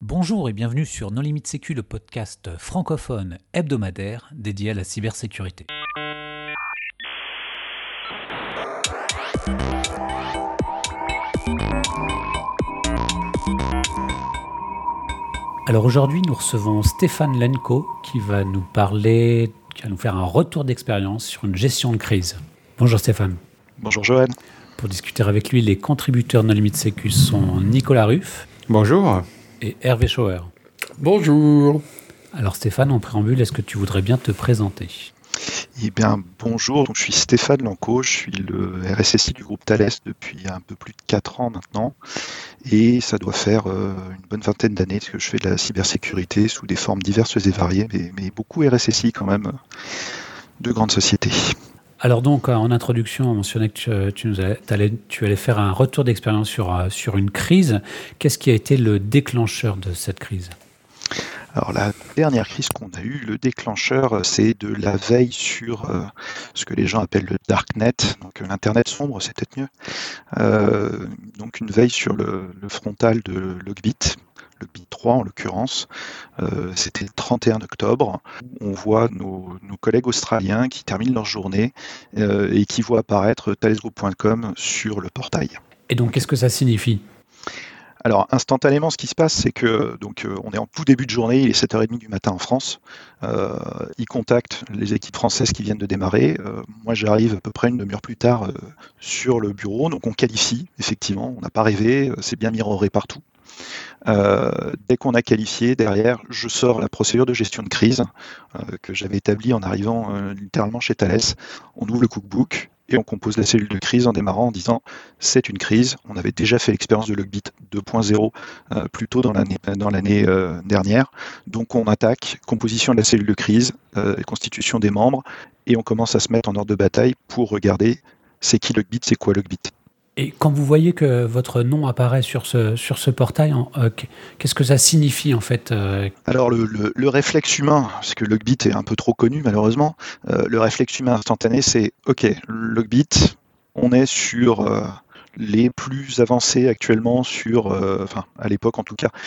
Bonjour et bienvenue sur Non Limite Sécu, le podcast francophone hebdomadaire dédié à la cybersécurité. Alors aujourd'hui, nous recevons Stéphane Lenko qui va nous faire un retour d'expérience sur une gestion de crise. Bonjour Stéphane. Bonjour Johan. Pour discuter avec lui, les contributeurs Non Limite Sécu sont Nicolas Ruff. Bonjour. Et Hervé Schauer. Bonjour. Alors Stéphane, en préambule, est-ce que tu voudrais bien te présenter ? Eh bien, bonjour, donc, je suis Stéphane Lenko, je suis le RSSI du groupe Thales depuis un peu plus de 4 ans maintenant, et ça doit faire une bonne vingtaine d'années que je fais de la cybersécurité sous des formes diverses et variées, mais beaucoup RSSI quand même, de grandes sociétés. Alors donc, en introduction, on mentionnait que tu allais faire un retour d'expérience sur une crise. Qu'est-ce qui a été le déclencheur de cette crise ? Alors la dernière crise qu'on a eue, le déclencheur, c'est de la veille sur ce que les gens appellent le darknet, donc l'internet sombre, c'est peut-être mieux. Donc une veille sur le frontal de Logbit. Logbit 3 en l'occurrence, c'était le 31 octobre. On voit nos collègues australiens qui terminent leur journée et qui voient apparaître thalesgroup.com sur le portail. Et donc qu'est-ce que ça signifie ? Alors instantanément, ce qui se passe, c'est que on est en tout début de journée, il est 7h30 du matin en France. Ils contactent les équipes françaises qui viennent de démarrer. Moi, j'arrive à peu près une demi-heure plus tard sur le bureau. Donc on qualifie, effectivement, on n'a pas rêvé, c'est bien miroré partout. Dès qu'on a qualifié, derrière, je sors la procédure de gestion de crise que j'avais établie en arrivant littéralement chez Thales. On ouvre le cookbook et on compose la cellule de crise en démarrant en disant c'est une crise. On avait déjà fait l'expérience de Logbit 2.0 plus tôt dans l'année dernière. Donc on attaque, composition de la cellule de crise, constitution des membres, et on commence à se mettre en ordre de bataille pour regarder c'est qui Logbit, c'est quoi Logbit. Et quand vous voyez que votre nom apparaît sur ce portail, qu'est-ce que ça signifie en fait ? Alors le réflexe humain, parce que Logbit est un peu trop connu malheureusement, le réflexe humain instantané c'est ok, Logbit, on est sur les plus avancés actuellement à l'époque en tout cas,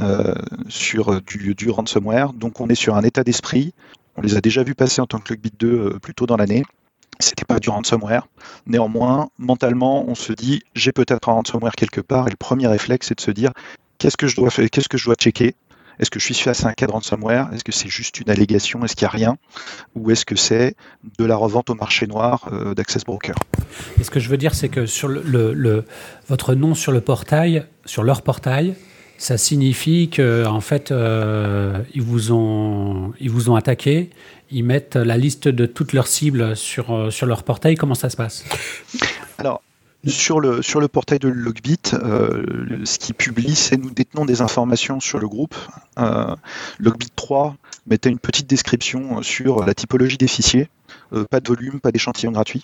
sur du ransomware, donc on est sur un état d'esprit, on les a déjà vus passer en tant que Logbit 2 plus tôt dans l'année. C'était pas du ransomware. Néanmoins, mentalement, on se dit j'ai peut-être un ransomware quelque part, et le premier réflexe c'est de se dire qu'est-ce que je dois faire, qu'est-ce que je dois checker. Est-ce que je suis face à un cas de ransomware ? Est-ce que c'est juste une allégation ? Est-ce qu'il n'y a rien ? Ou est-ce que c'est de la revente au marché noir d'Access Broker ? Et ce que je veux dire, c'est que sur votre nom sur le portail, sur leur portail, ça signifie que en fait, ils vous ont attaqué. Ils mettent la liste de toutes leurs cibles sur leur portail. Comment ça se passe ? Alors, sur le portail de Logbit, ce qu'ils publient, c'est nous détenons des informations sur le groupe. Logbit 3 mettait une petite description sur la typologie des fichiers, pas de volume, pas d'échantillon gratuit,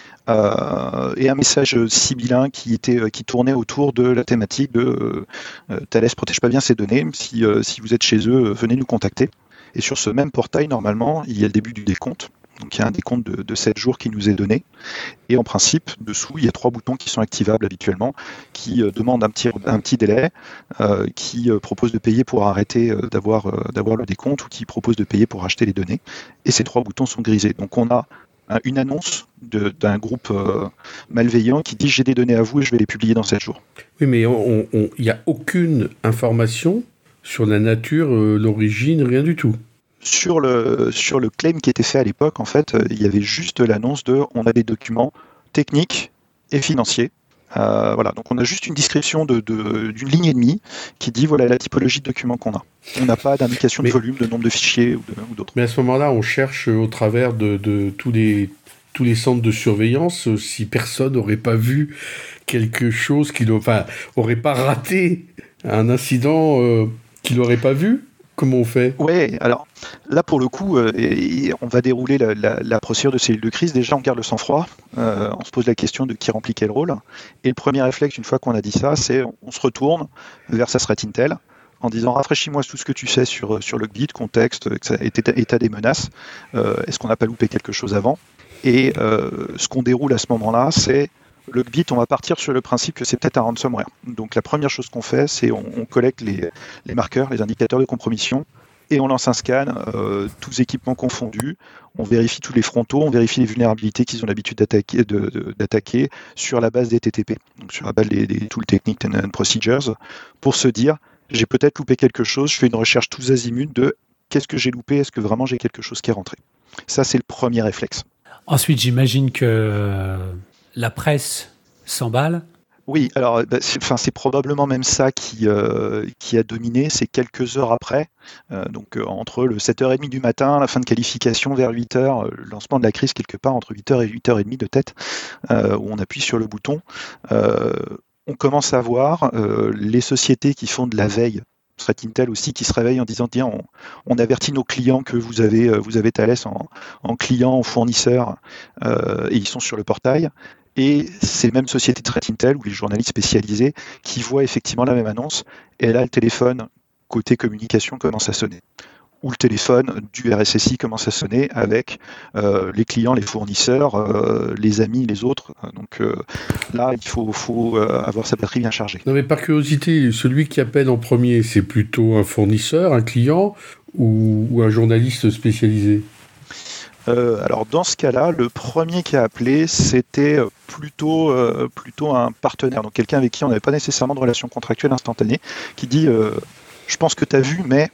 et un message sibyllin qui tournait autour de la thématique de Thales protège pas bien ses données. Si vous êtes chez eux, venez nous contacter. Et sur ce même portail, normalement, il y a le début du décompte. Donc il y a un décompte de 7 jours qui nous est donné. Et en principe, dessous, il y a 3 boutons qui sont activables habituellement, qui demandent un petit délai, qui proposent de payer pour arrêter d'avoir le décompte, ou qui proposent de payer pour acheter les données. Et ces 3 boutons sont grisés. Donc on a une annonce d'un groupe malveillant qui dit j'ai des données à vous et je vais les publier dans 7 jours. Oui, mais il n'y a aucune information sur la nature, l'origine, rien du tout. Sur le claim qui était fait à l'époque, en fait, il y avait juste l'annonce de on a des documents techniques et financiers. Voilà, donc on a juste une description d'une ligne et demie qui dit voilà la typologie de documents qu'on a. On n'a pas d'indication de volume, de nombre de fichiers ou d'autres. Mais à ce moment-là, on cherche au travers de tous les centres de surveillance si personne n'aurait pas vu quelque chose aurait pas raté un incident qu'il n'aurait pas vu. Comment on fait ? Oui, alors là pour le coup, on va dérouler la procédure de cellule de crise. Déjà, on garde le sang-froid, on se pose la question de qui remplit quel rôle. Et le premier réflexe, une fois qu'on a dit ça, c'est on se retourne vers sa threat intel en disant rafraîchis-moi tout ce que tu sais sur Logbit, contexte, état des menaces. Est-ce qu'on n'a pas loupé quelque chose avant ? Et ce qu'on déroule à ce moment-là, c'est Logbit, on va partir sur le principe que c'est peut-être un ransomware. Donc la première chose qu'on fait, c'est on collecte les marqueurs, les indicateurs de compromission, et on lance un scan, tous équipements confondus. On vérifie tous les frontaux, on vérifie les vulnérabilités qu'ils ont l'habitude d'attaquer sur la base des TTP, donc sur la base des Tool Techniques and Procedures, pour se dire, j'ai peut-être loupé quelque chose, je fais une recherche tous azimuts de qu'est-ce que j'ai loupé, est-ce que vraiment j'ai quelque chose qui est rentré. Ça, c'est le premier réflexe. Ensuite, j'imagine que la presse s'emballe. Oui, alors c'est probablement même ça qui a dominé. C'est quelques heures après, entre le 7h30 du matin, la fin de qualification vers 8h, le lancement de la crise quelque part entre 8h et 8h30 de tête, où on appuie sur le bouton. On commence à voir les sociétés qui font de la veille, Threat Intel aussi, qui se réveillent en disant tiens, on avertit nos clients que vous avez Thales en client, en fournisseur, et ils sont sur le portail. Et ces mêmes sociétés de Threat Intel ou les journalistes spécialisés qui voient effectivement la même annonce, et là le téléphone côté communication commence à sonner. Ou le téléphone du RSSI commence à sonner avec les clients, les fournisseurs, les amis, les autres. Donc là, il faut avoir sa batterie bien chargée. Non mais par curiosité, celui qui appelle en premier, c'est plutôt un fournisseur, un client ou un journaliste spécialisé ? Alors dans ce cas-là, le premier qui a appelé, c'était plutôt un partenaire, donc quelqu'un avec qui on n'avait pas nécessairement de relation contractuelle instantanée, qui dit je pense que tu as vu, mais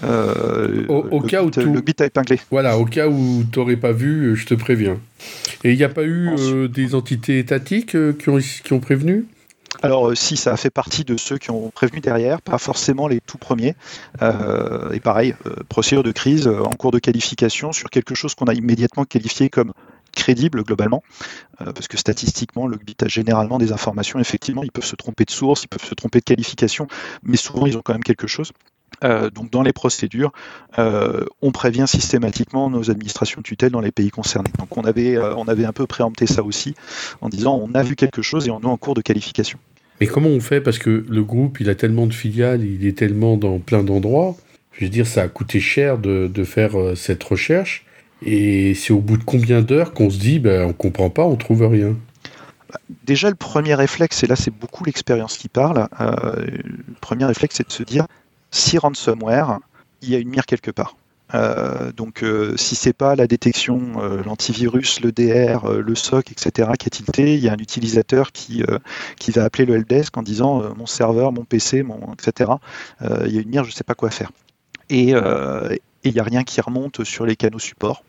le bit a épinglé. Voilà, au cas où tu n'aurais pas vu, je te préviens. Et il n'y a pas eu des entités étatiques qui ont prévenu ? Alors si, ça a fait partie de ceux qui ont prévenu derrière, pas forcément les tout premiers. Et pareil, procédure de crise en cours de qualification sur quelque chose qu'on a immédiatement qualifié comme crédible globalement, parce que statistiquement, Logbit a généralement des informations, effectivement, ils peuvent se tromper de source, ils peuvent se tromper de qualification, mais souvent ils ont quand même quelque chose. Donc dans les procédures, on prévient systématiquement nos administrations de tutelle dans les pays concernés. Donc on avait un peu préempté ça aussi, en disant on a vu quelque chose et on est en cours de qualification. Mais comment on fait ? Parce que le groupe, il a tellement de filiales, il est tellement dans plein d'endroits. Je veux dire, ça a coûté cher de faire cette recherche. Et c'est au bout de combien d'heures qu'on se dit, on comprend pas, on trouve rien ? Déjà, le premier réflexe, et là c'est beaucoup l'expérience qui parle, le premier réflexe c'est de se dire, si ransomware, il y a une mire quelque part. Donc si c'est pas la détection, l'antivirus, le DR, le SOC, etc. qui est tilté, il y a un utilisateur qui va appeler le helpdesk en disant mon serveur, mon PC, etc. Il y a une mire, je ne sais pas quoi faire. Et il n'y a rien qui remonte sur les canaux support.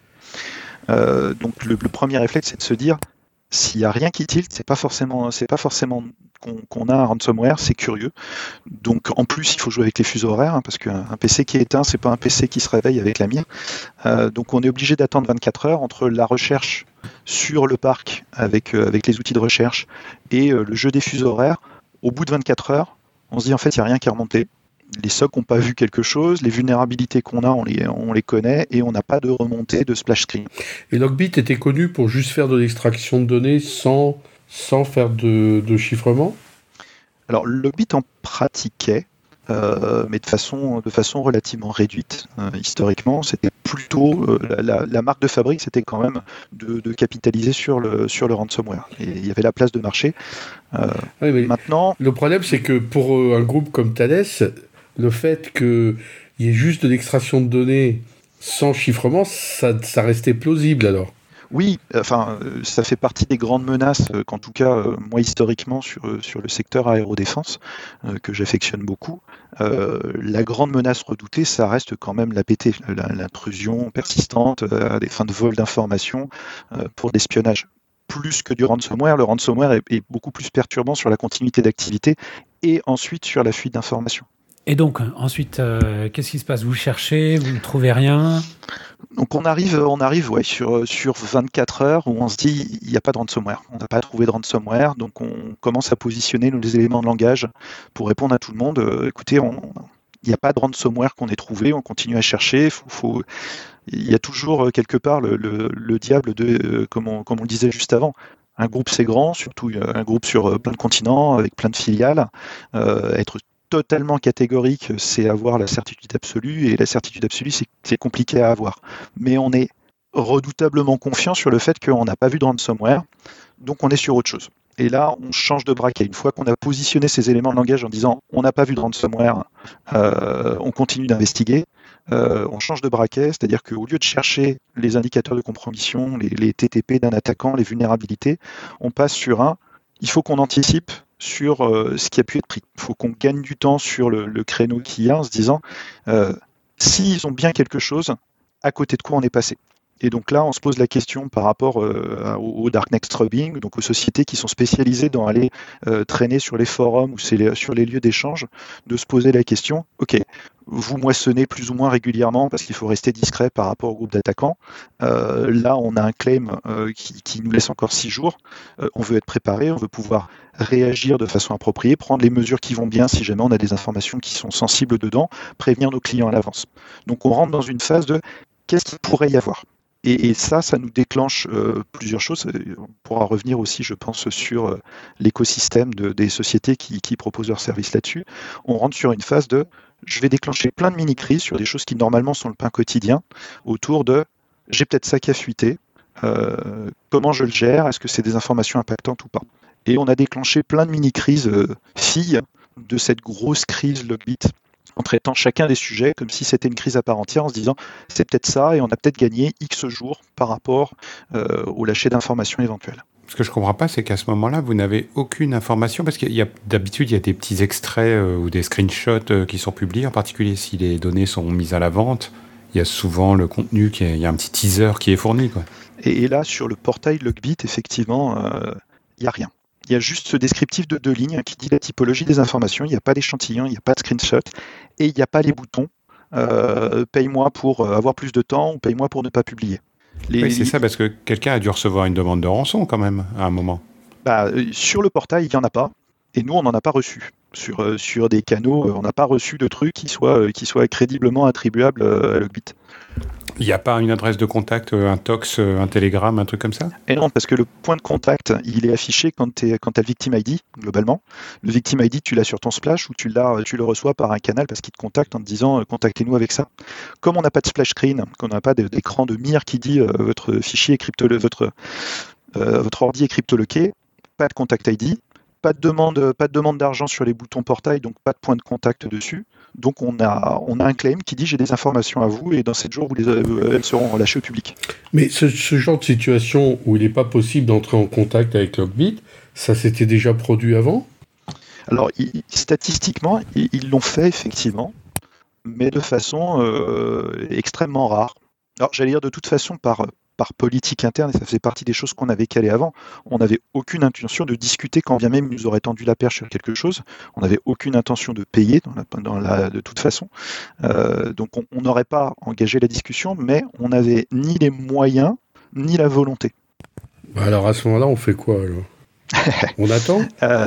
Donc le premier réflexe, c'est de se dire s'il n'y a rien qui tilte, c'est pas forcément qu'on a un ransomware, c'est curieux. Donc en plus, il faut jouer avec les fuseaux horaires, parce qu'un PC qui est éteint, c'est pas un PC qui se réveille avec la mire. Donc on est obligé d'attendre 24 heures entre la recherche sur le parc avec les outils de recherche et le jeu des fuseaux horaires. Au bout de 24 heures, on se dit en fait, il n'y a rien qui est remonté. Les SOC n'ont pas vu quelque chose, les vulnérabilités qu'on a, on les connaît, et on n'a pas de remontée de splash screen. Et Logbit était connu pour juste faire de l'extraction de données sans faire de chiffrement ? Alors Logbit en pratiquait, mais de façon relativement réduite. Historiquement, c'était plutôt la marque de fabrique, c'était quand même de capitaliser sur le ransomware. Et il y avait la place de marché. Oui, mais maintenant, le problème, c'est que pour un groupe comme Thales, le fait qu'il y ait juste de l'extraction de données sans chiffrement, ça restait plausible alors. Oui, ça fait partie des grandes menaces qu'en tout cas, moi historiquement, sur le secteur aérodéfense, que j'affectionne beaucoup, la grande menace redoutée, ça reste quand même l'APT, l'intrusion persistante à des fins de vol d'informations pour l'espionnage. Plus que du ransomware, le ransomware est beaucoup plus perturbant sur la continuité d'activité et ensuite sur la fuite d'informations. Et donc, ensuite, qu'est-ce qui se passe ? Vous cherchez, vous ne trouvez rien ? Donc on arrive sur 24 heures où on se dit il n'y a pas de ransomware. On n'a pas trouvé de ransomware, donc on commence à positionner nos éléments de langage pour répondre à tout le monde. Écoutez, il n'y a pas de ransomware qu'on ait trouvé, on continue à chercher. Il y a toujours quelque part le diable comme on le disait juste avant. Un groupe c'est grand, surtout un groupe sur plein de continents, avec plein de filiales. Être totalement catégorique, c'est avoir la certitude absolue, et la certitude absolue, c'est compliqué à avoir. Mais on est redoutablement confiant sur le fait qu'on n'a pas vu de ransomware, donc on est sur autre chose. Et là, on change de braquet. Une fois qu'on a positionné ces éléments de langage en disant on n'a pas vu de ransomware, on continue d'investiguer, on change de braquet, c'est-à-dire qu'au lieu de chercher les indicateurs de compromission, les TTP d'un attaquant, les vulnérabilités, on passe sur il faut qu'on anticipe sur ce qui a pu être pris. Il faut qu'on gagne du temps sur le créneau qu'il y a en se disant s'ils ont bien quelque chose, à côté de quoi on est passé. Et donc là, on se pose la question par rapport au darknet scrubbing, donc aux sociétés qui sont spécialisées dans aller traîner sur les forums ou sur les lieux d'échange, de se poser la question, ok, vous moissonnez plus ou moins régulièrement parce qu'il faut rester discret par rapport au groupe d'attaquants. Là, on a un claim qui nous laisse encore 6 jours. On veut être préparé, on veut pouvoir réagir de façon appropriée, prendre les mesures qui vont bien si jamais on a des informations qui sont sensibles dedans, prévenir nos clients à l'avance. Donc on rentre dans une phase de qu'est-ce qu'il pourrait y avoir. Et ça nous déclenche plusieurs choses. On pourra revenir aussi, je pense, sur l'écosystème des sociétés qui proposent leurs services là-dessus. On rentre sur une phase de je vais déclencher plein de mini-crises sur des choses qui normalement sont le pain quotidien, autour de j'ai peut-être ça qui a fuité, comment je le gère, est-ce que c'est des informations impactantes ou pas. Et on a déclenché plein de mini-crises filles de cette grosse crise Logbit, en traitant chacun des sujets comme si c'était une crise à part entière, en se disant c'est peut-être ça et on a peut-être gagné X jours par rapport au lâcher d'informations éventuelles. Ce que je ne comprends pas, c'est qu'à ce moment-là, vous n'avez aucune information, parce d'habitude, il y a des petits extraits ou des screenshots qui sont publiés, en particulier si les données sont mises à la vente. Il y a souvent le contenu, il y a un petit teaser qui est fourni, quoi. Et là, sur le portail Logbit, effectivement, il n'y a rien. Il y a juste ce descriptif de 2 lignes qui dit la typologie des informations. Il n'y a pas d'échantillon, il n'y a pas de screenshot et il n'y a pas les boutons paye-moi pour avoir plus de temps ou paye-moi pour ne pas publier. Oui, c'est ça, parce que quelqu'un a dû recevoir une demande de rançon quand même à un moment. Sur le portail, il n'y en a pas et nous, on n'en a pas reçu. Sur des canaux, on n'a pas reçu de trucs qui soient crédiblement attribuables à Logbit. Il n'y a pas une adresse de contact, un tox, un télégramme, un truc comme ça ? Et non, parce que le point de contact, il est affiché quand tu as le victim ID, globalement. Le victim ID, tu l'as sur ton splash ou tu le reçois par un canal parce qu'il te contacte en te disant contactez-nous avec ça. Comme on n'a pas de splash screen, qu'on n'a pas d'écran de mire qui dit votre fichier est votre ordi est cryptoloqué, pas de contact ID, pas de demande d'argent sur les boutons portail, donc pas de point de contact dessus. Donc on a un claim qui dit j'ai des informations à vous et dans 7 jours elles seront relâchées au public. Mais ce genre de situation où il n'est pas possible d'entrer en contact avec Logbit, ça s'était déjà produit avant ? Alors statistiquement, ils l'ont fait effectivement, mais de façon extrêmement rare. Alors j'allais dire de toute façon par politique interne, et ça faisait partie des choses qu'on avait calées avant, on n'avait aucune intention de discuter quand bien même ils nous auraient tendu la perche sur quelque chose, on n'avait aucune intention de payer de toute façon, donc on n'aurait pas engagé la discussion, mais on n'avait ni les moyens, ni la volonté. Alors à ce moment-là, on fait quoi alors ? On attend ?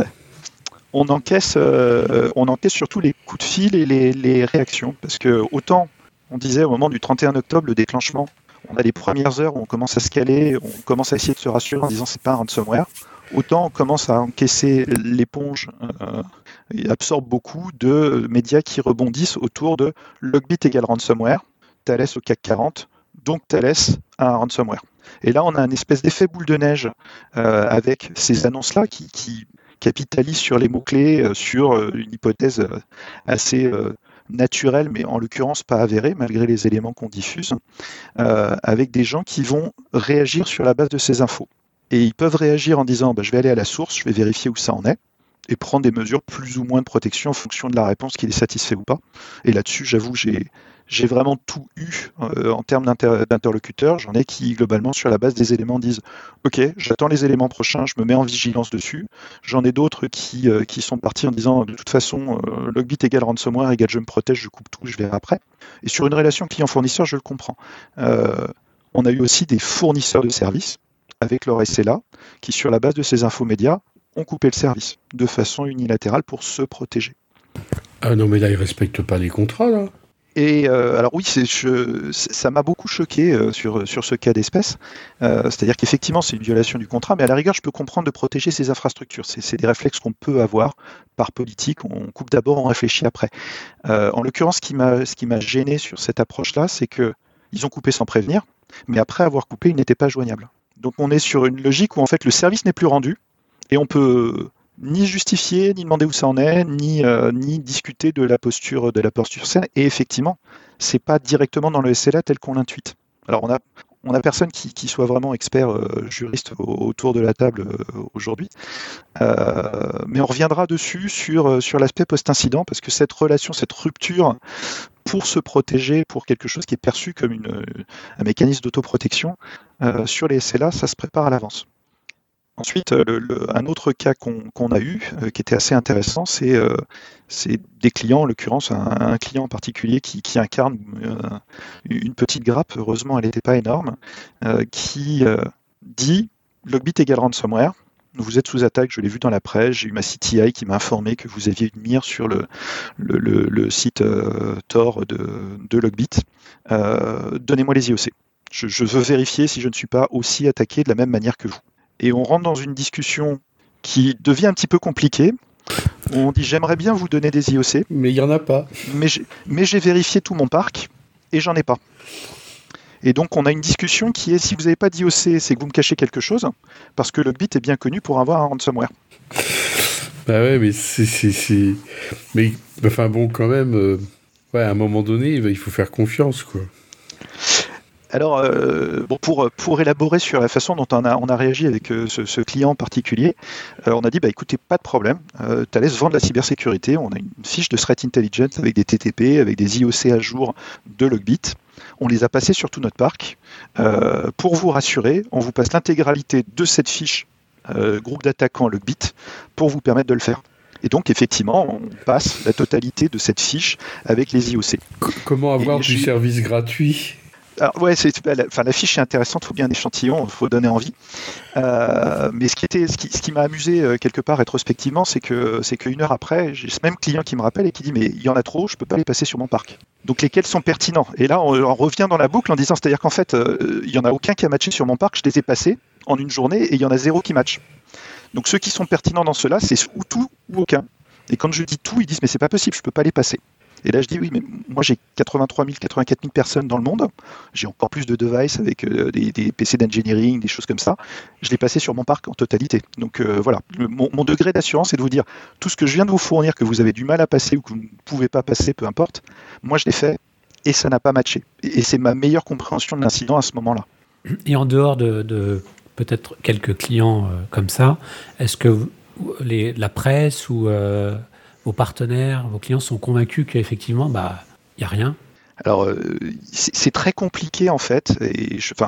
On encaisse surtout les coups de fil et les réactions, parce que autant on disait au moment du 31 octobre, le déclenchement, on a les premières heures où on commence à se caler, on commence à essayer de se rassurer en disant c'est pas un ransomware. Autant on commence à encaisser l'éponge et absorbe beaucoup de médias qui rebondissent autour de Logbit égale ransomware, Thales au CAC 40, donc Thales a un ransomware. Et là on a une espèce d'effet boule de neige avec ces annonces-là qui capitalisent sur les mots-clés, sur une hypothèse assez naturel, mais en l'occurrence pas avéré, malgré les éléments qu'on diffuse, avec des gens qui vont réagir sur la base de ces infos. Et ils peuvent réagir en disant je vais aller à la source, je vais vérifier où ça en est, et prendre des mesures plus ou moins de protection en fonction de la réponse qui les satisfait ou pas. Et là-dessus, j'avoue, j'ai vraiment tout eu en termes d'interlocuteurs. J'en ai qui, globalement, sur la base des éléments, disent « Ok, j'attends les éléments prochains, je me mets en vigilance dessus ». J'en ai d'autres qui sont partis en disant « De toute façon, Logbit égale ransomware égale je me protège, je coupe tout, je verrai après ». Et sur une relation client-fournisseur, je le comprends. On a eu aussi des fournisseurs de services avec leur SLA qui, sur la base de ces infos médias, ont coupé le service de façon unilatérale pour se protéger. Ah non, mais là, ils ne respectent pas les contrats, là. Et alors oui, ça m'a beaucoup choqué sur ce cas d'espèce. C'est-à-dire qu'effectivement, c'est une violation du contrat, mais à la rigueur, je peux comprendre de protéger ces infrastructures. C'est des réflexes qu'on peut avoir par politique. On coupe d'abord, on réfléchit après. En l'occurrence, ce qui m'a gêné sur cette approche-là, c'est qu'ils ont coupé sans prévenir, mais après avoir coupé, ils n'étaient pas joignables. Donc on est sur une logique où en fait le service n'est plus rendu, Et on peut ni justifier, ni demander où ça en est, ni discuter de la posture saine. Et effectivement, c'est pas directement dans le SLA tel qu'on l'intuite. Alors on a personne qui soit vraiment expert juriste autour de la table aujourd'hui, mais on reviendra dessus sur l'aspect post-incident, parce que cette relation, cette rupture, pour se protéger, pour quelque chose qui est perçu comme un mécanisme d'autoprotection, sur les SLA, ça se prépare à l'avance. Ensuite, un autre cas qu'on a eu, qui était assez intéressant, c'est des clients, en l'occurrence un client en particulier qui incarne une petite grappe, heureusement elle n'était pas énorme, qui dit « Logbit égale ransomware, vous êtes sous attaque, je l'ai vu dans la presse, j'ai eu ma CTI qui m'a informé que vous aviez une mire sur le site Tor de Logbit, donnez-moi les IOC. Je veux vérifier si je ne suis pas aussi attaqué de la même manière que vous. » Et on rentre dans une discussion qui devient un petit peu compliquée. On dit j'aimerais bien vous donner des IOC. Mais il n'y en a pas. Mais j'ai vérifié tout mon parc et j'en ai pas. Et donc on a une discussion qui est si vous n'avez pas d'IOC, c'est que vous me cachez quelque chose, parce que Logbit est bien connu pour avoir un ransomware. Bah ouais, mais c'est... Mais enfin bon, quand même, à un moment donné, il faut faire confiance, quoi. Alors, pour élaborer sur la façon dont on a réagi avec ce client en particulier, on a dit, écoutez, pas de problème, Thales vend de la cybersécurité, on a une fiche de threat intelligence avec des TTP, avec des IOC à jour de Logbit, on les a passés sur tout notre parc. Pour vous rassurer, on vous passe l'intégralité de cette fiche groupe d'attaquants Logbit pour vous permettre de le faire. Et donc, effectivement, on passe la totalité de cette fiche avec les IOC. Comment avoir du service gratuit ? Alors, ouais, la fiche est intéressante, il faut bien un échantillon, il faut donner envie. Mais ce qui m'a amusé quelque part rétrospectivement, c'est qu'une heure après, j'ai ce même client qui me rappelle et qui dit mais il y en a trop, je peux pas les passer sur mon parc. Donc lesquels sont pertinents ? Et là, on revient dans la boucle en disant, c'est-à-dire qu'en fait, il y en a aucun qui a matché sur mon parc, je les ai passés en une journée et il y en a 0 qui match. Donc ceux qui sont pertinents dans cela, c'est ou tout ou aucun. Et quand je dis tout, ils disent mais c'est pas possible, je peux pas les passer. Et là, je dis oui, mais moi j'ai 83 000, 84 000 personnes dans le monde. J'ai encore plus de devices avec des PC d'engineering, des choses comme ça. Je l'ai passé sur mon parc en totalité. Donc voilà, mon degré d'assurance est de vous dire tout ce que je viens de vous fournir, que vous avez du mal à passer ou que vous ne pouvez pas passer, peu importe. Moi, je l'ai fait et ça n'a pas matché. Et c'est ma meilleure compréhension de l'incident à ce moment-là. Et en dehors de peut-être quelques clients comme ça, est-ce que la presse ou vos partenaires, vos clients sont convaincus qu'effectivement, il n'y a rien ? Alors, c'est très compliqué en fait, et je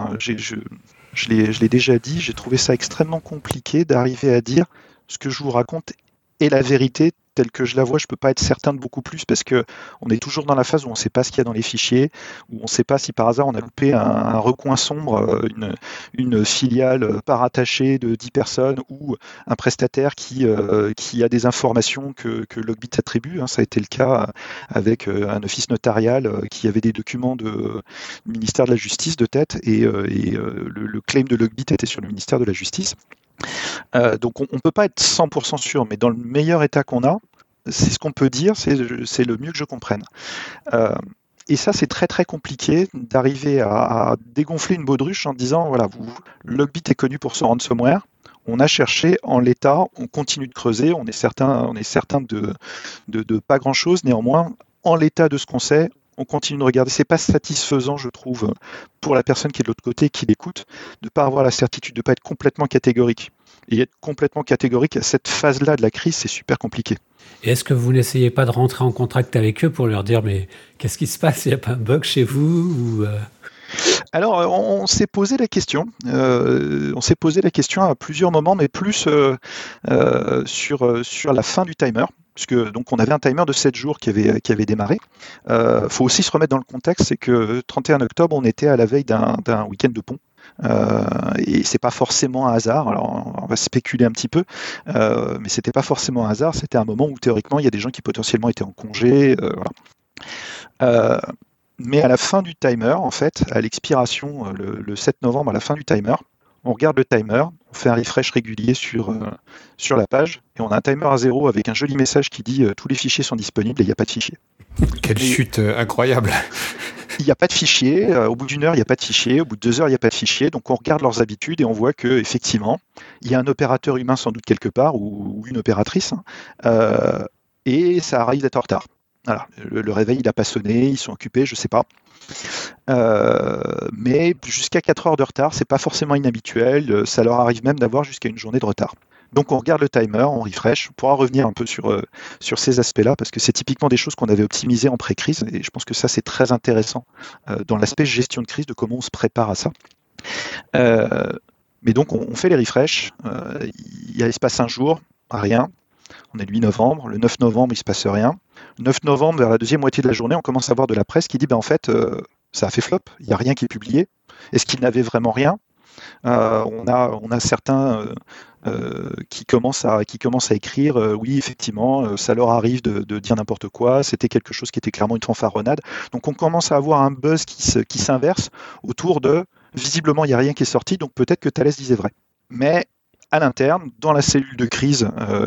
l'ai déjà dit, j'ai trouvé ça extrêmement compliqué d'arriver à dire ce que je vous raconte est la vérité telle que je la vois. Je ne peux pas être certain de beaucoup plus parce qu'on est toujours dans la phase où on ne sait pas ce qu'il y a dans les fichiers, où on ne sait pas si par hasard on a loupé un recoin sombre, une filiale pas rattachée de 10 personnes ou un prestataire qui a des informations que Logbit attribue. Ça a été le cas avec un office notarial qui avait des documents du ministère de la Justice de tête et le claim de Logbit était sur le ministère de la Justice. Donc on ne peut pas être 100% sûr, mais dans le meilleur état qu'on a, c'est ce qu'on peut dire, c'est le mieux que je comprenne. Et ça, c'est très très compliqué d'arriver à dégonfler une baudruche en disant, voilà, Logbit est connu pour son ransomware, on a cherché en l'état, on continue de creuser, on est certain de pas grand-chose, néanmoins, en l'état de ce qu'on sait, on continue de regarder. C'est pas satisfaisant, je trouve, pour la personne qui est de l'autre côté, qui l'écoute, de ne pas avoir la certitude, de ne pas être complètement catégorique. Et être complètement catégorique à cette phase-là de la crise, c'est super compliqué. Et est-ce que vous n'essayez pas de rentrer en contact avec eux pour leur dire mais qu'est-ce qui se passe ? Il n'y a pas un bug chez vous ou Alors, on s'est posé la question. On s'est posé la question à plusieurs moments, mais plus sur la fin du timer. Puisque donc on avait un timer de 7 jours qui avait démarré. Faut aussi se remettre dans le contexte, c'est que 31 octobre, on était à la veille d'un week-end de pont. Et c'est pas forcément un hasard. Alors on va spéculer un petit peu, mais c'était pas forcément un hasard. C'était un moment où théoriquement il y a des gens qui potentiellement étaient en congé. Voilà. Mais à la fin du timer, en fait, à l'expiration le 7 novembre, à la fin du timer, on regarde le timer, on fait un refresh régulier sur la page, et on a un timer à 0 avec un joli message qui dit tous les fichiers sont disponibles et il n'y a pas de fichiers. Quelle chute incroyable. Il n'y a pas de fichier. Au bout d'1 heure, il n'y a pas de fichier. Au bout de 2 heures, il n'y a pas de fichier. Donc on regarde leurs habitudes et on voit qu'effectivement, il y a un opérateur humain sans doute quelque part ou une opératrice. Et ça arrive d'être en retard. Voilà. Le réveil, il n'a pas sonné, ils sont occupés, je ne sais pas. Mais jusqu'à 4 heures de retard, c'est pas forcément inhabituel. Ça leur arrive même d'avoir jusqu'à une journée de retard. Donc on regarde le timer, on refresh. On pourra revenir un peu sur ces aspects-là parce que c'est typiquement des choses qu'on avait optimisées en pré-crise et je pense que ça c'est très intéressant dans l'aspect gestion de crise, de comment on se prépare à ça. Mais donc on fait les refresh. Il se passe un jour, rien. On est le 8 novembre. Le 9 novembre, il se passe rien. Le 9 novembre, vers la deuxième moitié de la journée, on commence à voir de la presse qui dit en fait, ça a fait flop, il n'y a rien qui est publié. Est-ce qu'il n'avait vraiment rien? On a certains qui commencent à écrire oui, effectivement, ça leur arrive de dire n'importe quoi, c'était quelque chose qui était clairement une fanfaronnade. Donc on commence à avoir un buzz qui s'inverse autour de visiblement il n'y a rien qui est sorti, donc peut-être que Thales disait vrai. Mais à l'interne, dans la cellule de crise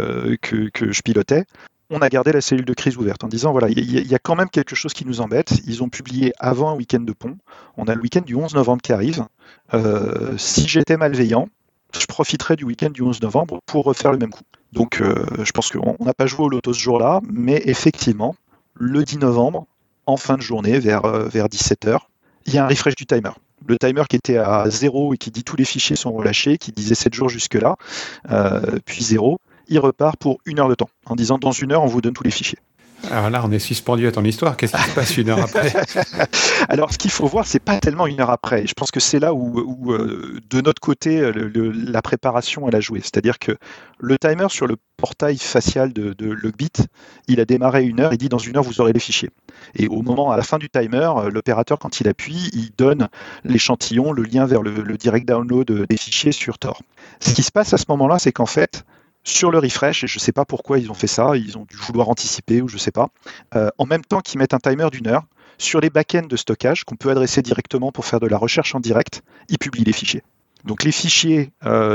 que je pilotais, on a gardé la cellule de crise ouverte en disant voilà, il y a quand même quelque chose qui nous embête. Ils ont publié avant un week-end de pont. On a le week-end du 11 novembre qui arrive. Si j'étais malveillant, je profiterais du week-end du 11 novembre pour refaire le même coup. Donc je pense qu'on n'a pas joué au loto ce jour-là, mais effectivement, le 10 novembre, en fin de journée, vers 17h, il y a un refresh du timer. Le timer qui était à 0 et qui dit tous les fichiers sont relâchés, qui disait 7 jours jusque-là, puis 0, il repart pour 1 heure de temps, en disant dans 1 heure, on vous donne tous les fichiers. Alors là, on est suspendu à ton histoire. Qu'est-ce qui se passe 1 heure après? Alors, ce qu'il faut voir, c'est pas tellement 1 heure après. Je pense que c'est là où de notre côté, la préparation, elle a joué. C'est-à-dire que le timer sur le portail facial de Logbit, il a démarré 1 heure, il dit dans 1 heure, vous aurez les fichiers. Et au moment, à la fin du timer, l'opérateur, quand il appuie, il donne l'échantillon, le lien vers le direct download des fichiers sur Tor. Ce qui se passe à ce moment-là, c'est qu'en fait, sur le refresh, et je ne sais pas pourquoi ils ont fait ça, ils ont dû vouloir anticiper ou je ne sais pas, en même temps qu'ils mettent un timer d'1 heure, sur les backends de stockage qu'on peut adresser directement pour faire de la recherche en direct, ils publient les fichiers. Donc les fichiers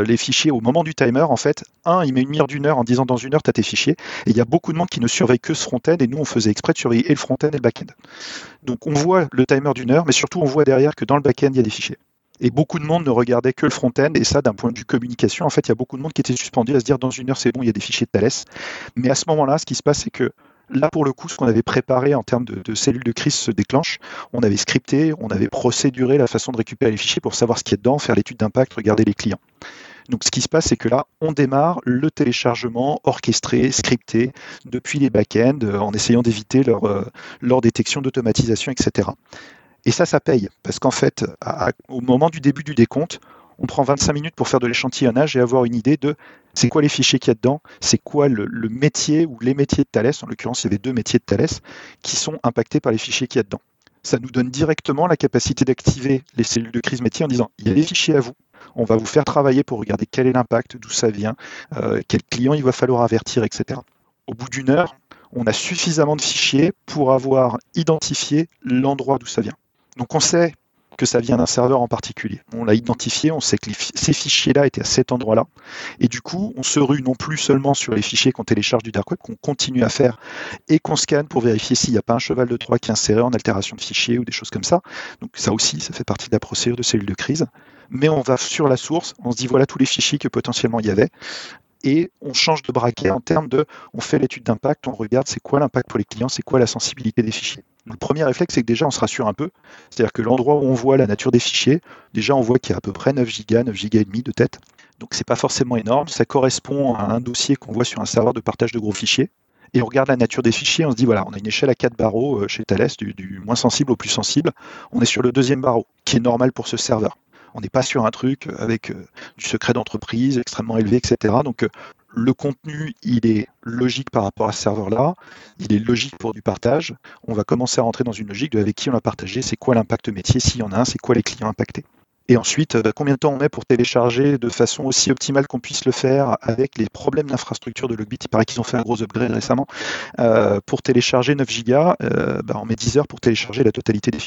au moment du timer, en fait, il met une mire d'1 heure en disant dans 1 heure, tu as tes fichiers, et il y a beaucoup de monde qui ne surveille que ce front-end, et nous, on faisait exprès de surveiller et le front-end et le back-end. Donc on voit le timer d'1 heure, mais surtout on voit derrière que dans le back-end, il y a des fichiers. Et beaucoup de monde ne regardait que le front-end, et ça, d'un point de vue communication, en fait, il y a beaucoup de monde qui était suspendu à se dire dans 1 heure, c'est bon, il y a des fichiers de Thales. Mais à ce moment-là, ce qui se passe, c'est que là, pour le coup, ce qu'on avait préparé en termes de cellules de crise se déclenche. On avait scripté, on avait procéduré la façon de récupérer les fichiers pour savoir ce qu'il y a dedans, faire l'étude d'impact, regarder les clients. Donc ce qui se passe, c'est que là, on démarre le téléchargement orchestré, scripté, depuis les back-ends, en essayant d'éviter leur détection d'automatisation, etc. Et ça paye, parce qu'en fait, au moment du début du décompte, on prend 25 minutes pour faire de l'échantillonnage et avoir une idée de c'est quoi les fichiers qu'il y a dedans, c'est quoi le métier ou les métiers de Thales, en l'occurrence il y avait 2 métiers de Thales, qui sont impactés par les fichiers qu'il y a dedans. Ça nous donne directement la capacité d'activer les cellules de crise métier en disant il y a des fichiers à vous, on va vous faire travailler pour regarder quel est l'impact, d'où ça vient, quel client il va falloir avertir, etc. Au bout d'1 heure, on a suffisamment de fichiers pour avoir identifié l'endroit d'où ça vient. Donc on sait que ça vient d'un serveur en particulier. On l'a identifié, on sait que ces fichiers-là étaient à cet endroit-là. Et du coup, on se rue non plus seulement sur les fichiers qu'on télécharge du Dark Web, qu'on continue à faire et qu'on scanne pour vérifier s'il n'y a pas un cheval de Troie qui est inséré en altération de fichiers ou des choses comme ça. Donc ça aussi, ça fait partie de la procédure de cellule de crise. Mais on va sur la source, on se dit voilà tous les fichiers que potentiellement il y avait. Et on change de braquet en termes de, on fait l'étude d'impact, on regarde c'est quoi l'impact pour les clients, c'est quoi la sensibilité des fichiers. Le premier réflexe, c'est que déjà on se rassure un peu, c'est-à-dire que l'endroit où on voit la nature des fichiers, déjà on voit qu'il y a à peu près 9 gigas, 9 gigas et demi de tête, donc c'est pas forcément énorme, ça correspond à un dossier qu'on voit sur un serveur de partage de gros fichiers, et on regarde la nature des fichiers, on se dit voilà, on a une échelle à 4 barreaux chez Thales, du moins sensible au plus sensible, on est sur le 2e barreau, qui est normal pour ce serveur. On n'est pas sur un truc avec du secret d'entreprise extrêmement élevé, etc. Donc le contenu, il est logique par rapport à ce serveur-là, il est logique pour du partage. On va commencer à rentrer dans une logique de avec qui on a partagé, c'est quoi l'impact métier, s'il y en a un, c'est quoi les clients impactés. Et ensuite, combien de temps on met pour télécharger de façon aussi optimale qu'on puisse le faire avec les problèmes d'infrastructure de Logbit. Il paraît qu'ils ont fait un gros upgrade récemment. Pour télécharger 9 gigas, on met 10 heures pour télécharger la totalité des fichiers.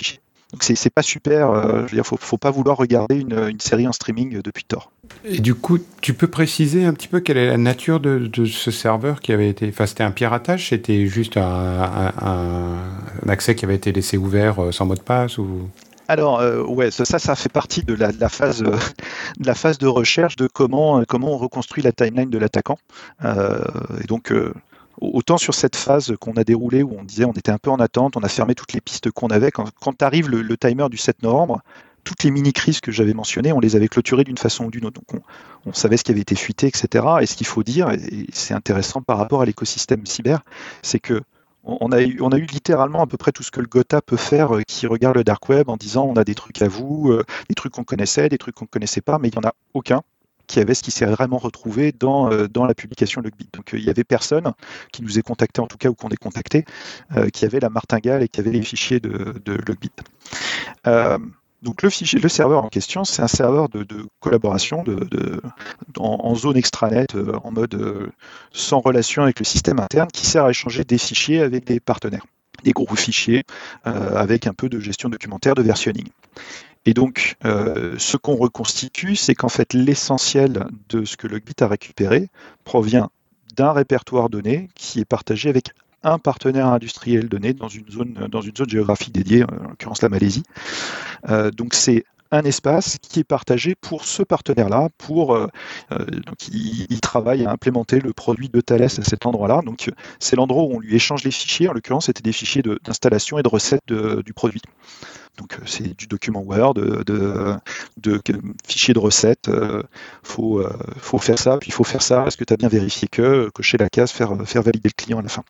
Donc c'est pas super, je veux dire, faut pas vouloir regarder une série en streaming depuis Tor. Et du coup, tu peux préciser un petit peu quelle est la nature de ce serveur qui avait été... Enfin, c'était un piratage, c'était juste un accès qui avait été laissé ouvert sans mot de passe ou... Alors, ouais, ça fait partie de la phase de recherche de comment on reconstruit la timeline de l'attaquant. Et donc, autant sur cette phase qu'on a déroulée où on disait on était un peu en attente, on a fermé toutes les pistes qu'on avait. Quand arrive le timer du 7 novembre, toutes les mini-crises que j'avais mentionnées, on les avait clôturées d'une façon ou d'une autre. Donc, on savait ce qui avait été fuité, etc. Et ce qu'il faut dire, et c'est intéressant par rapport à l'écosystème cyber, c'est que on a eu littéralement à peu près tout ce que le Gotha peut faire qui regarde le dark web en disant on a des trucs à vous, des trucs qu'on connaissait, des trucs qu'on ne connaissait pas, mais il n'y en a aucun qui avait ce qui s'est vraiment retrouvé dans la publication Logbit. Donc il y avait personne qui nous ait contacté en tout cas ou qu'on ait contacté qui avait la martingale et qui avait les fichiers de Logbit. Donc le serveur en question, c'est un serveur de collaboration en zone extranet, en mode sans relation avec le système interne, qui sert à échanger des fichiers avec des partenaires, des gros fichiers avec un peu de gestion documentaire, de versionning. Et donc, ce qu'on reconstitue, c'est qu'en fait, l'essentiel de ce que Logbit a récupéré provient d'un répertoire donné qui est partagé avec un partenaire industriel donné dans une zone géographique dédiée, en l'occurrence la Malaisie. Donc c'est un espace qui est partagé pour ce partenaire-là, donc il travaille à implémenter le produit de Thales à cet endroit-là. Donc c'est l'endroit où on lui échange les fichiers. En l'occurrence, c'était des fichiers d'installation et de recettes du produit. Donc c'est du document Word, de fichiers de recettes. Faut faire ça, puis il faut faire ça. Est-ce que tu as bien vérifié cocher la case, faire valider le client à la fin.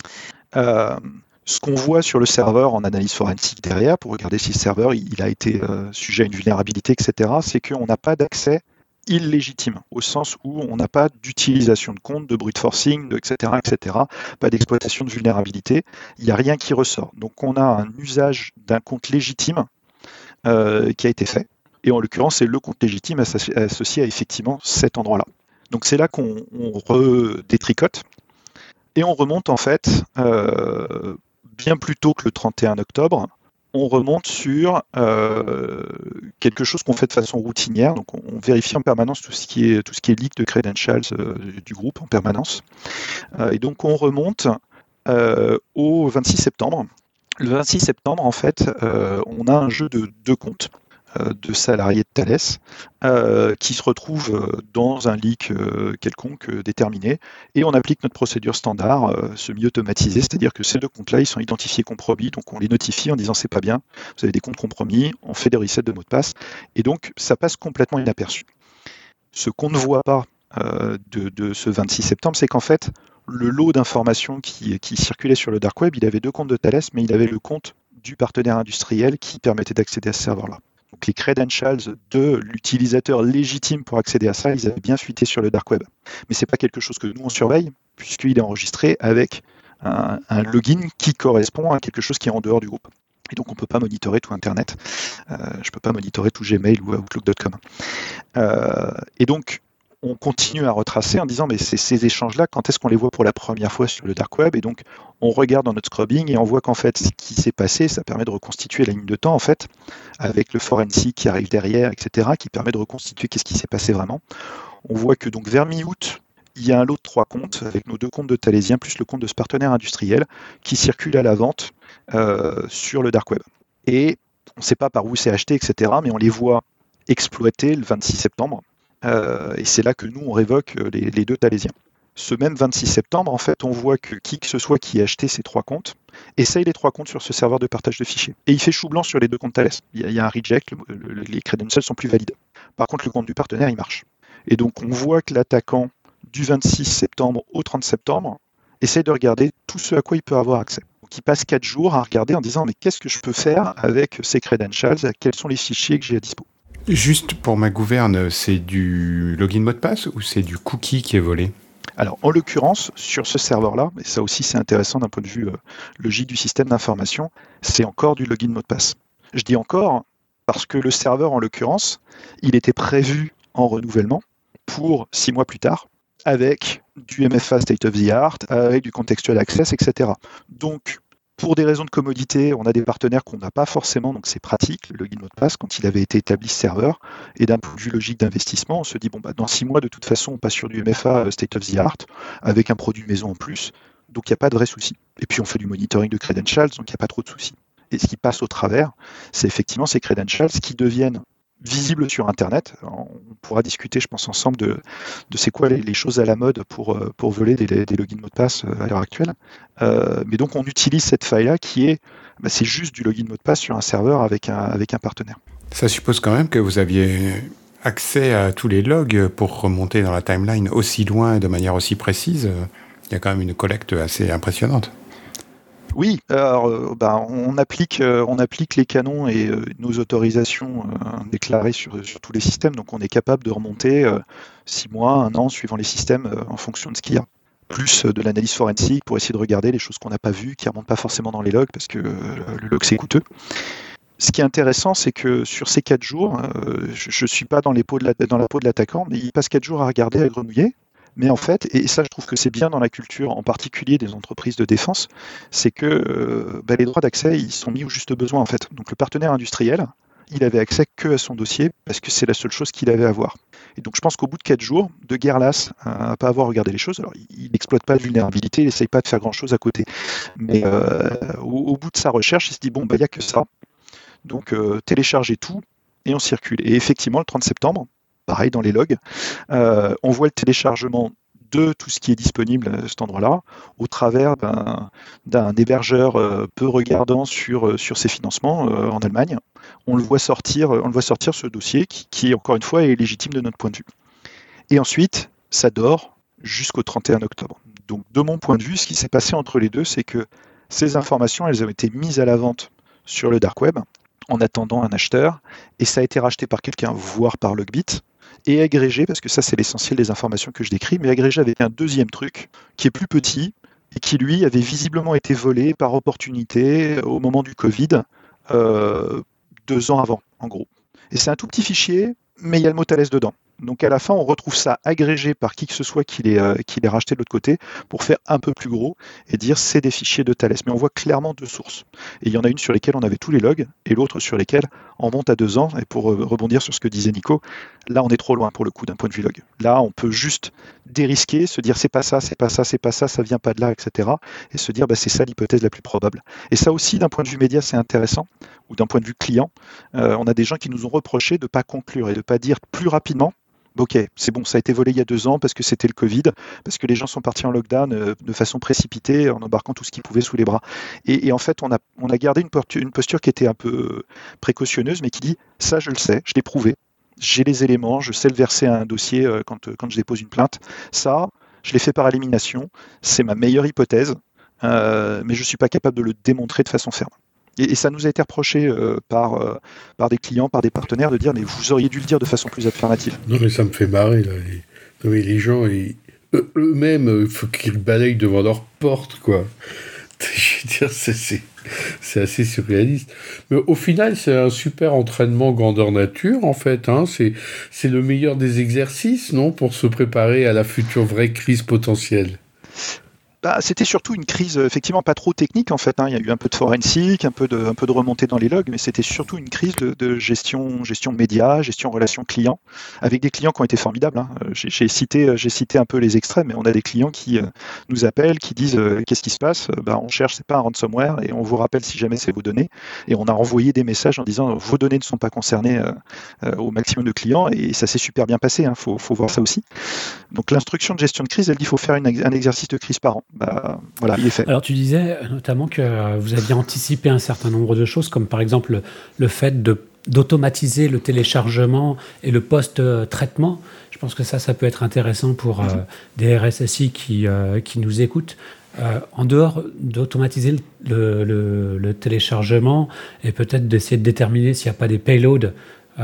Ce qu'on voit sur le serveur en analyse forensique derrière, pour regarder si le serveur il a été sujet à une vulnérabilité, etc., c'est qu'on n'a pas d'accès illégitime, au sens où on n'a pas d'utilisation de compte, de brute forcing, etc., pas d'exploitation de vulnérabilité, il n'y a rien qui ressort. Donc on a un usage d'un compte légitime qui a été fait, et en l'occurrence c'est le compte légitime associé à effectivement cet endroit-là. Donc c'est là qu'on redétricote, et on remonte en fait, bien plus tôt que le 31 octobre, on remonte sur quelque chose qu'on fait de façon routinière. Donc on vérifie en permanence tout ce qui est leak de credentials du groupe en permanence. Et donc on remonte au 26 septembre. Le 26 septembre, en fait, on a un jeu de 2 comptes de salariés de Thales qui se retrouvent dans un leak quelconque déterminé, et on applique notre procédure standard semi-automatisée, c'est-à-dire que ces 2 comptes-là, ils sont identifiés compromis, donc on les notifie en disant c'est pas bien, vous avez des comptes compromis, on fait des resets de mots de passe, et donc ça passe complètement inaperçu. Ce qu'on ne voit pas de ce 26 septembre, c'est qu'en fait, le lot d'informations qui circulait sur le dark web, il avait 2 comptes de Thales, mais il avait le compte du partenaire industriel qui permettait d'accéder à ce serveur-là. Donc les credentials de l'utilisateur légitime pour accéder à ça, ils avaient bien fuité sur le dark web. Mais ce n'est pas quelque chose que nous on surveille, puisqu'il est enregistré avec un login qui correspond à quelque chose qui est en dehors du groupe. Et donc on ne peut pas monitorer tout Internet. Je ne peux pas monitorer tout Gmail ou Outlook.com. Et donc on continue à retracer en disant mais ces échanges-là, quand est-ce qu'on les voit pour la première fois sur le dark web? Et donc on regarde dans notre scrubbing et on voit qu'en fait ce qui s'est passé, ça permet de reconstituer la ligne de temps en fait, avec le forensic qui arrive derrière, etc., qui permet de reconstituer qu'est-ce qui s'est passé vraiment. On voit que donc vers mi-août, il y a un lot de 3 comptes, avec nos 2 comptes de Thalésien, plus le compte de ce partenaire industriel, qui circule à la vente sur le dark web. Et on ne sait pas par où c'est acheté, etc., mais on les voit exploiter le 26 septembre. Et c'est là que nous, on révoque les 2 Thalésiens. Ce même 26 septembre, en fait, on voit que qui que ce soit qui a acheté ces 3 comptes essaye les 3 comptes sur ce serveur de partage de fichiers. Et il fait chou blanc sur les 2 comptes Thales. Il y a un reject, les credentials sont plus valides. Par contre, le compte du partenaire, il marche. Et donc, on voit que l'attaquant, du 26 septembre au 30 septembre, essaye de regarder tout ce à quoi il peut avoir accès. Donc, il passe 4 jours à regarder en disant « mais qu'est-ce que je peux faire avec ces credentials? Quels sont les fichiers que j'ai à dispo ?» Juste pour ma gouverne, c'est du login mot de passe ou c'est du cookie qui est volé? Alors, en l'occurrence, sur ce serveur-là, et ça aussi c'est intéressant d'un point de vue logique du système d'information, c'est encore du login mot de passe. Je dis encore parce que le serveur, en l'occurrence, il était prévu en renouvellement pour 6 mois plus tard, avec du MFA State of the Art, avec du Contextual Access, etc. Donc, Pour des raisons de commodité, on a des partenaires qu'on n'a pas forcément, donc c'est pratique, le login mot de passe, quand il avait été établi ce serveur. Et d'un point de vue logique d'investissement, on se dit, dans 6 mois, de toute façon, on passe sur du MFA state of the art, avec un produit maison en plus, donc il n'y a pas de vrai souci. Et puis on fait du monitoring de credentials, donc il n'y a pas trop de soucis. Et ce qui passe au travers, c'est effectivement ces credentials qui deviennent visibles sur Internet. On pourra discuter, je pense, ensemble de c'est quoi les choses à la mode pour voler des logins mot de passe à l'heure actuelle. Mais donc, on utilise cette faille-là qui est, c'est juste du login mot de passe sur un serveur avec un partenaire. Ça suppose quand même que vous aviez accès à tous les logs pour remonter dans la timeline aussi loin et de manière aussi précise. Il y a quand même une collecte assez impressionnante. Oui, alors, on applique les canons et nos autorisations déclarées sur tous les systèmes, donc on est capable de remonter 6 mois, 1 an, suivant les systèmes, en fonction de ce qu'il y a. Plus de l'analyse forensique pour essayer de regarder les choses qu'on n'a pas vues, qui ne remontent pas forcément dans les logs, parce que le log c'est coûteux. Ce qui est intéressant, c'est que sur ces 4 jours, je ne suis pas dans la peau de l'attaquant, mais il passe 4 jours à regarder, à grenouiller. Mais en fait, et ça je trouve que c'est bien dans la culture, en particulier des entreprises de défense, c'est que les droits d'accès, ils sont mis au juste besoin en fait. Donc le partenaire industriel, il avait accès que à son dossier, parce que c'est la seule chose qu'il avait à voir. Et donc je pense qu'au bout de 4 jours, de guerre lasse, à pas avoir regardé les choses, alors il n'exploite pas de vulnérabilité, il n'essaye pas de faire grand-chose à côté. Mais au bout de sa recherche, il se dit, il n'y a que ça. Donc téléchargez tout, et on circule. Et effectivement, le 30 septembre, pareil dans les logs, on voit le téléchargement de tout ce qui est disponible à cet endroit-là, au travers d'un hébergeur peu regardant sur ses financements en Allemagne. On le voit sortir ce dossier qui, encore une fois, est légitime de notre point de vue. Et ensuite, ça dort jusqu'au 31 octobre. Donc, de mon point de vue, ce qui s'est passé entre les deux, c'est que ces informations, elles ont été mises à la vente sur le dark web en attendant un acheteur, et ça a été racheté par quelqu'un, voire par Logbit, et agrégé, parce que ça c'est l'essentiel des informations que je décris, mais agrégé avec un deuxième truc qui est plus petit et qui lui avait visiblement été volé par opportunité au moment du Covid, 2 ans avant en gros. Et c'est un tout petit fichier, mais il y a le mot Thales dedans. Donc à la fin, on retrouve ça agrégé par qui que ce soit qui l'ait racheté de l'autre côté pour faire un peu plus gros et dire c'est des fichiers de Thales. Mais on voit clairement 2 sources. Et il y en a une sur lesquelles on avait tous les logs et l'autre sur lesquelles on monte à 2 ans. Et pour rebondir sur ce que disait Nico, là on est trop loin pour le coup d'un point de vue log. Là on peut juste dérisquer, se dire c'est pas ça, c'est pas ça, c'est pas ça, ça vient pas de là, etc. Et se dire c'est ça l'hypothèse la plus probable. Et ça aussi d'un point de vue média c'est intéressant, ou d'un point de vue client, on a des gens qui nous ont reproché de ne pas conclure et de ne pas dire plus rapidement ok, c'est bon, ça a été volé il y a 2 ans parce que c'était le Covid, parce que les gens sont partis en lockdown de façon précipitée, en embarquant tout ce qu'ils pouvaient sous les bras. Et en fait, on a gardé une posture qui était un peu précautionneuse, mais qui dit, ça je le sais, je l'ai prouvé, j'ai les éléments, je sais le verser à un dossier quand je dépose une plainte. Ça, je l'ai fait par élimination, c'est ma meilleure hypothèse, mais je ne suis pas capable de le démontrer de façon ferme. Et ça nous a été reproché par des clients, par des partenaires, de dire mais vous auriez dû le dire de façon plus affirmative. Non mais ça me fait marrer là. Non, mais les gens, eux-mêmes, il faut qu'ils balayent devant leur porte, quoi. Je veux dire, c'est assez surréaliste. Mais au final, c'est un super entraînement grandeur nature, en fait. Hein. C'est le meilleur des exercices, non, pour se préparer à la future vraie crise potentielle. C'était surtout une crise effectivement pas trop technique en fait. Il y a eu un peu de forensique, un peu de remontée dans les logs, mais c'était surtout une crise de gestion média, gestion relations clients, avec des clients qui ont été formidables. J'ai cité un peu les extraits, mais on a des clients qui nous appellent, qui disent qu'est-ce qui se passe ? On cherche, c'est pas un ransomware, et on vous rappelle si jamais c'est vos données. Et on a envoyé des messages en disant vos données ne sont pas concernées au maximum de clients, et ça s'est super bien passé. Faut voir ça aussi. Donc l'instruction de gestion de crise, elle dit qu'il faut faire un exercice de crise par an. Voilà, il est fait. Alors tu disais notamment que vous aviez anticipé un certain nombre de choses, comme par exemple le fait d'automatiser le téléchargement et le post-traitement. Je pense que ça peut être intéressant pour des RSSI qui nous écoutent. En dehors d'automatiser le téléchargement et peut-être d'essayer de déterminer s'il n'y a pas des payloads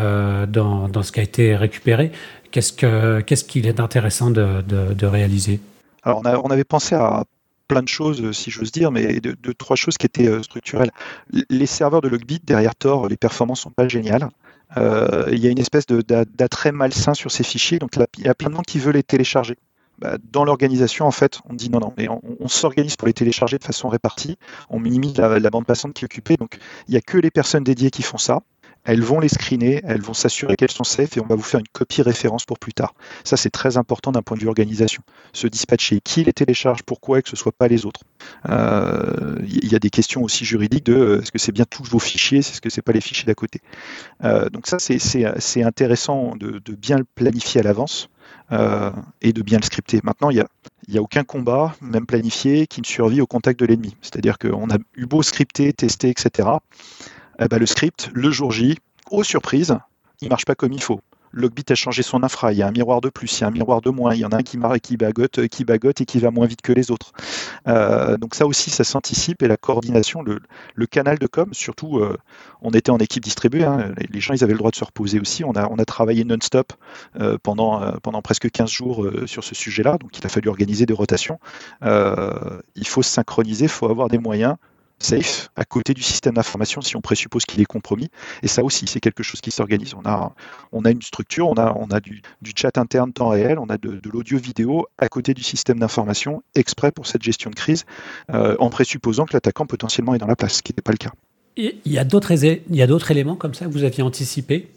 dans ce qui a été récupéré, qu'est-ce qu'il est intéressant de réaliser ? Alors, on avait pensé à plein de choses, si j'ose dire, mais de 3 choses qui étaient structurelles. Les serveurs de Logbit, derrière Tor, les performances sont pas géniales. Il y a une espèce d'attrait malsain sur ces fichiers, donc il y a plein de monde qui veut les télécharger. dans l'organisation, en fait, on dit non, mais on s'organise pour les télécharger de façon répartie, on minimise la bande passante qui est occupée, donc il n'y a que les personnes dédiées qui font ça. Elles vont les screener, elles vont s'assurer qu'elles sont safe et on va vous faire une copie référence pour plus tard. Ça, c'est très important d'un point de vue organisation. Se dispatcher qui les télécharge, pourquoi et que ce ne soit pas les autres. Il y a des questions aussi juridiques de est-ce que c'est bien tous vos fichiers, est-ce que c'est pas les fichiers d'à côté. Donc ça, c'est intéressant de bien le planifier à l'avance et de bien le scripter. Maintenant, il n'y a aucun combat, même planifié, qui ne survit au contact de l'ennemi. C'est-à-dire qu'on a eu beau scripter, tester, etc. Le script, le jour J, aux surprises, il ne marche pas comme il faut. Logbit a changé son infra, il y a un miroir de plus, il y a un miroir de moins, il y en a un qui bagote et qui va moins vite que les autres. Donc ça aussi, ça s'anticipe et la coordination, le canal de com, surtout, on était en équipe distribuée, hein, les gens ils avaient le droit de se reposer aussi, on a travaillé non-stop pendant presque 15 jours sur ce sujet-là, donc il a fallu organiser des rotations. Il faut se synchroniser, il faut avoir des moyens safe à côté du système d'information si on présuppose qu'il est compromis, et ça aussi c'est quelque chose qui s'organise. On a une structure, on a du chat interne temps réel, on a de l'audio vidéo à côté du système d'information exprès pour cette gestion de crise, en présupposant que l'attaquant potentiellement est dans la place, ce qui n'est pas le cas. Il y a d'autres éléments comme ça que vous aviez anticipés?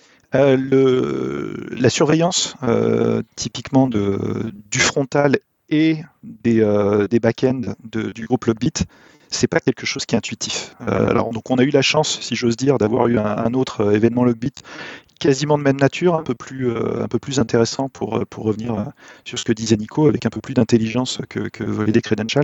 La surveillance typiquement du frontal et des back-ends du groupe Logbit, c'est pas quelque chose qui est intuitif. Donc on a eu la chance, si j'ose dire, d'avoir eu un autre événement Logbit quasiment de même nature, un peu plus intéressant pour revenir sur ce que disait Nico, avec un peu plus d'intelligence que voler des credentials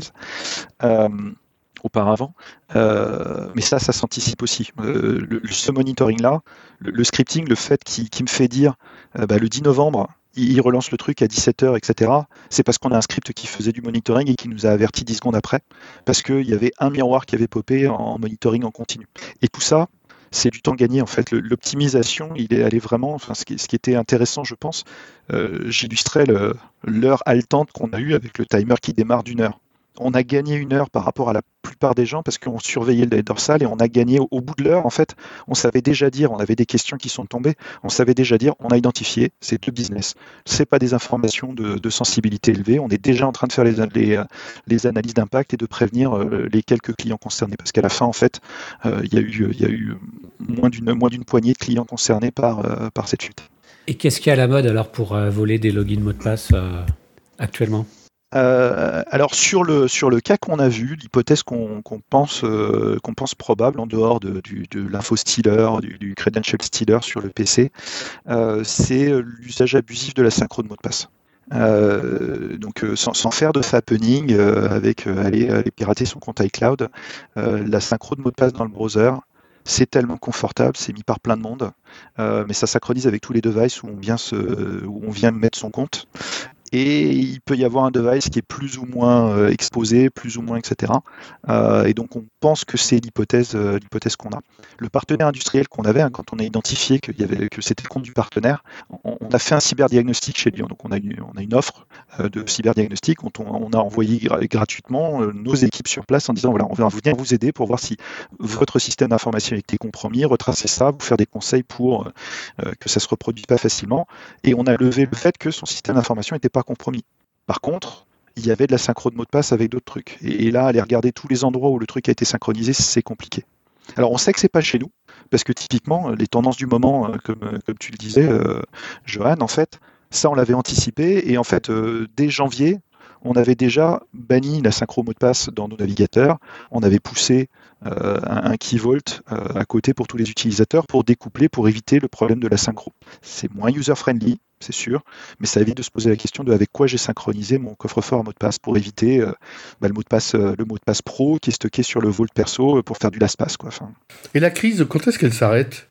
auparavant. Mais ça s'anticipe aussi. Ce monitoring-là, le scripting, le fait qui me fait dire le 10 novembre, il relance le truc à 17h, etc. C'est parce qu'on a un script qui faisait du monitoring et qui nous a averti 10 secondes après, parce qu'il y avait un miroir qui avait popé en monitoring en continu. Et tout ça, c'est du temps gagné en fait. L'optimisation, il est allé vraiment. Ce qui était intéressant, je pense, j'illustrais l'heure haletante qu'on a eue avec le timer qui démarre d'1 heure. On a gagné 1 heure par rapport à la plupart des gens parce qu'on surveillait le dorsal et on a gagné au bout de l'heure. En fait, on savait déjà dire, on avait des questions qui sont tombées, on savait déjà dire, on a identifié, c'est de business. C'est pas des informations de sensibilité élevée. On est déjà en train de faire les analyses d'impact et de prévenir les quelques clients concernés parce qu'à la fin, en fait, il y a eu moins d'une poignée de clients concernés par cette fuite. Et qu'est-ce qui est à la mode alors pour voler des logins mots de passe actuellement? Alors sur le cas qu'on a vu, l'hypothèse qu'on pense probable en dehors de l'info stealer, du credential stealer sur le PC, c'est l'usage abusif de la synchro de mot de passe. Donc sans faire de fappening avec aller pirater son compte iCloud, la synchro de mot de passe dans le browser, c'est tellement confortable, c'est mis par plein de monde, mais ça synchronise avec tous les devices où on vient mettre son compte. Et il peut y avoir un device qui est plus ou moins exposé, plus ou moins, etc. Et donc on pense que c'est l'hypothèse qu'on a. Le partenaire industriel qu'on avait, quand on a identifié que c'était le compte du partenaire, on a fait un cyberdiagnostic chez lui. Donc on a une offre de cyberdiagnostic. On a envoyé gratuitement nos équipes sur place en disant voilà, on va venir vous aider pour voir si votre système d'information a été compromis, retracer ça, vous faire des conseils pour que ça se reproduise pas facilement. Et on a levé le fait que son système d'information n'était pas compromis. Par contre, il y avait de la synchro de mot de passe avec d'autres trucs. Et là, aller regarder tous les endroits où le truc a été synchronisé, c'est compliqué. Alors, on sait que c'est pas chez nous, parce que typiquement, les tendances du moment, comme tu le disais, Johan, en fait, ça, on l'avait anticipé. Et en fait, dès janvier, on avait déjà banni la synchro mot de passe dans nos navigateurs. On avait poussé un key vault à côté pour tous les utilisateurs pour découpler, pour éviter le problème de la synchro. C'est moins user-friendly, c'est sûr, mais ça évite de se poser la question de avec quoi j'ai synchronisé mon coffre-fort à mot de passe pour éviter le mot de passe pro qui est stocké sur le vault perso pour faire du LastPass, quoi. Et la crise, quand est-ce qu'elle s'arrête?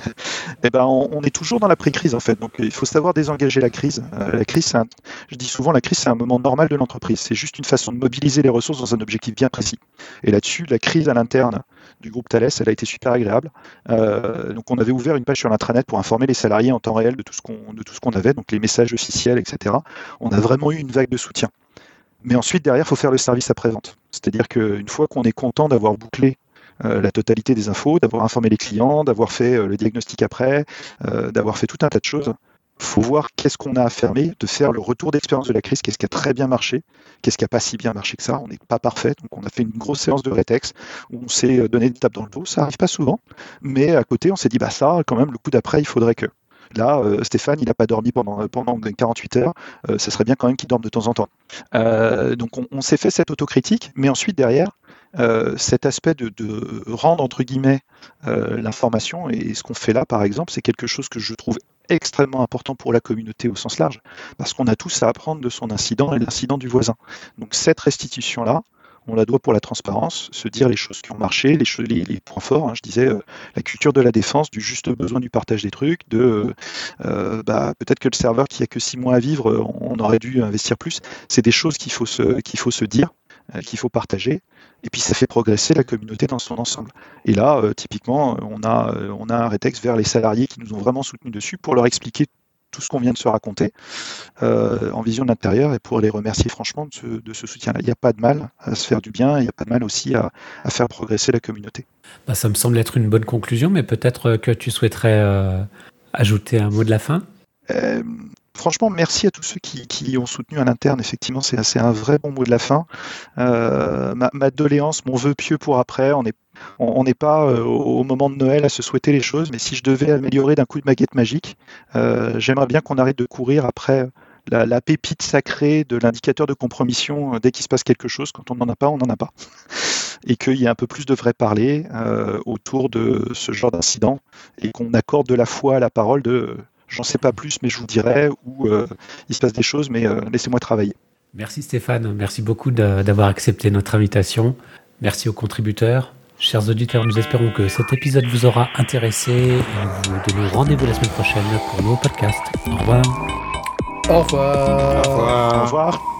On est toujours dans la pré-crise en fait, donc il faut savoir désengager la crise. Je dis souvent, la crise c'est un moment normal de l'entreprise, c'est juste une façon de mobiliser les ressources dans un objectif bien précis. Et là-dessus, la crise à l'interne du groupe Thales, elle a été super agréable. Donc on avait ouvert une page sur l'intranet pour informer les salariés en temps réel de tout ce qu'on avait, donc les messages officiels, etc. On a vraiment eu une vague de soutien. Mais ensuite, derrière, il faut faire le service après-vente. C'est-à-dire qu'une fois qu'on est content d'avoir bouclé la totalité des infos, d'avoir informé les clients, d'avoir fait le diagnostic après, d'avoir fait tout un tas de choses, faut voir qu'est-ce qu'on a à fermer, de faire le retour d'expérience de la crise, qu'est-ce qui a très bien marché, qu'est-ce qui n'a pas si bien marché que ça. On n'est pas parfait, donc on a fait une grosse séance de rétex où on s'est donné des tapes dans le dos. Ça arrive pas souvent, mais à côté, on s'est dit, ça, quand même, le coup d'après, il faudrait que. Là, Stéphane, il n'a pas dormi pendant 48 heures, ça serait bien quand même qu'il dorme de temps en temps. Donc on s'est fait cette autocritique, mais ensuite derrière, cet aspect de rendre, entre guillemets, l'information, et ce qu'on fait là, par exemple, c'est quelque chose que je trouve extrêmement important pour la communauté au sens large, parce qu'on a tous à apprendre de son incident et de l'incident du voisin. Donc cette restitution-là, on la doit pour la transparence, se dire les choses qui ont marché, les points forts. Je disais la culture de la défense, du juste besoin du partage des trucs, peut-être que le serveur qui a que 6 mois à vivre, on aurait dû investir plus. C'est des choses qu'il faut se dire, qu'il faut partager. Et puis ça fait progresser la communauté dans son ensemble. Et là, typiquement, on a un rétex vers les salariés qui nous ont vraiment soutenus dessus pour leur expliquer tout ce qu'on vient de se raconter en vision de l'intérieur et pour les remercier franchement de ce soutien-là. Il n'y a pas de mal à se faire du bien, il n'y a pas de mal aussi à faire progresser la communauté. Ça me semble être une bonne conclusion, mais peut-être que tu souhaiterais ajouter un mot de la fin. Franchement, merci à tous ceux qui ont soutenu à l'interne. Effectivement, c'est un vrai bon mot de la fin. Ma doléance, mon vœu pieux pour après, on n'est pas au moment de Noël à se souhaiter les choses, mais si je devais améliorer d'un coup de baguette magique, j'aimerais bien qu'on arrête de courir après la pépite sacrée de l'indicateur de compromission dès qu'il se passe quelque chose. Quand on n'en a pas, on n'en a pas. Et qu'il y ait un peu plus de vrai parler autour de ce genre d'incident et qu'on accorde de la foi à la parole de j'en sais pas plus, mais je vous dirai, ou il se passe des choses, mais laissez-moi travailler. Merci Stéphane, merci beaucoup d'avoir accepté notre invitation. Merci aux contributeurs. Chers auditeurs, nous espérons que cet épisode vous aura intéressé et nous vous donnons rendez-vous la semaine prochaine pour un nouveau podcast. Au revoir. Au revoir. Au revoir.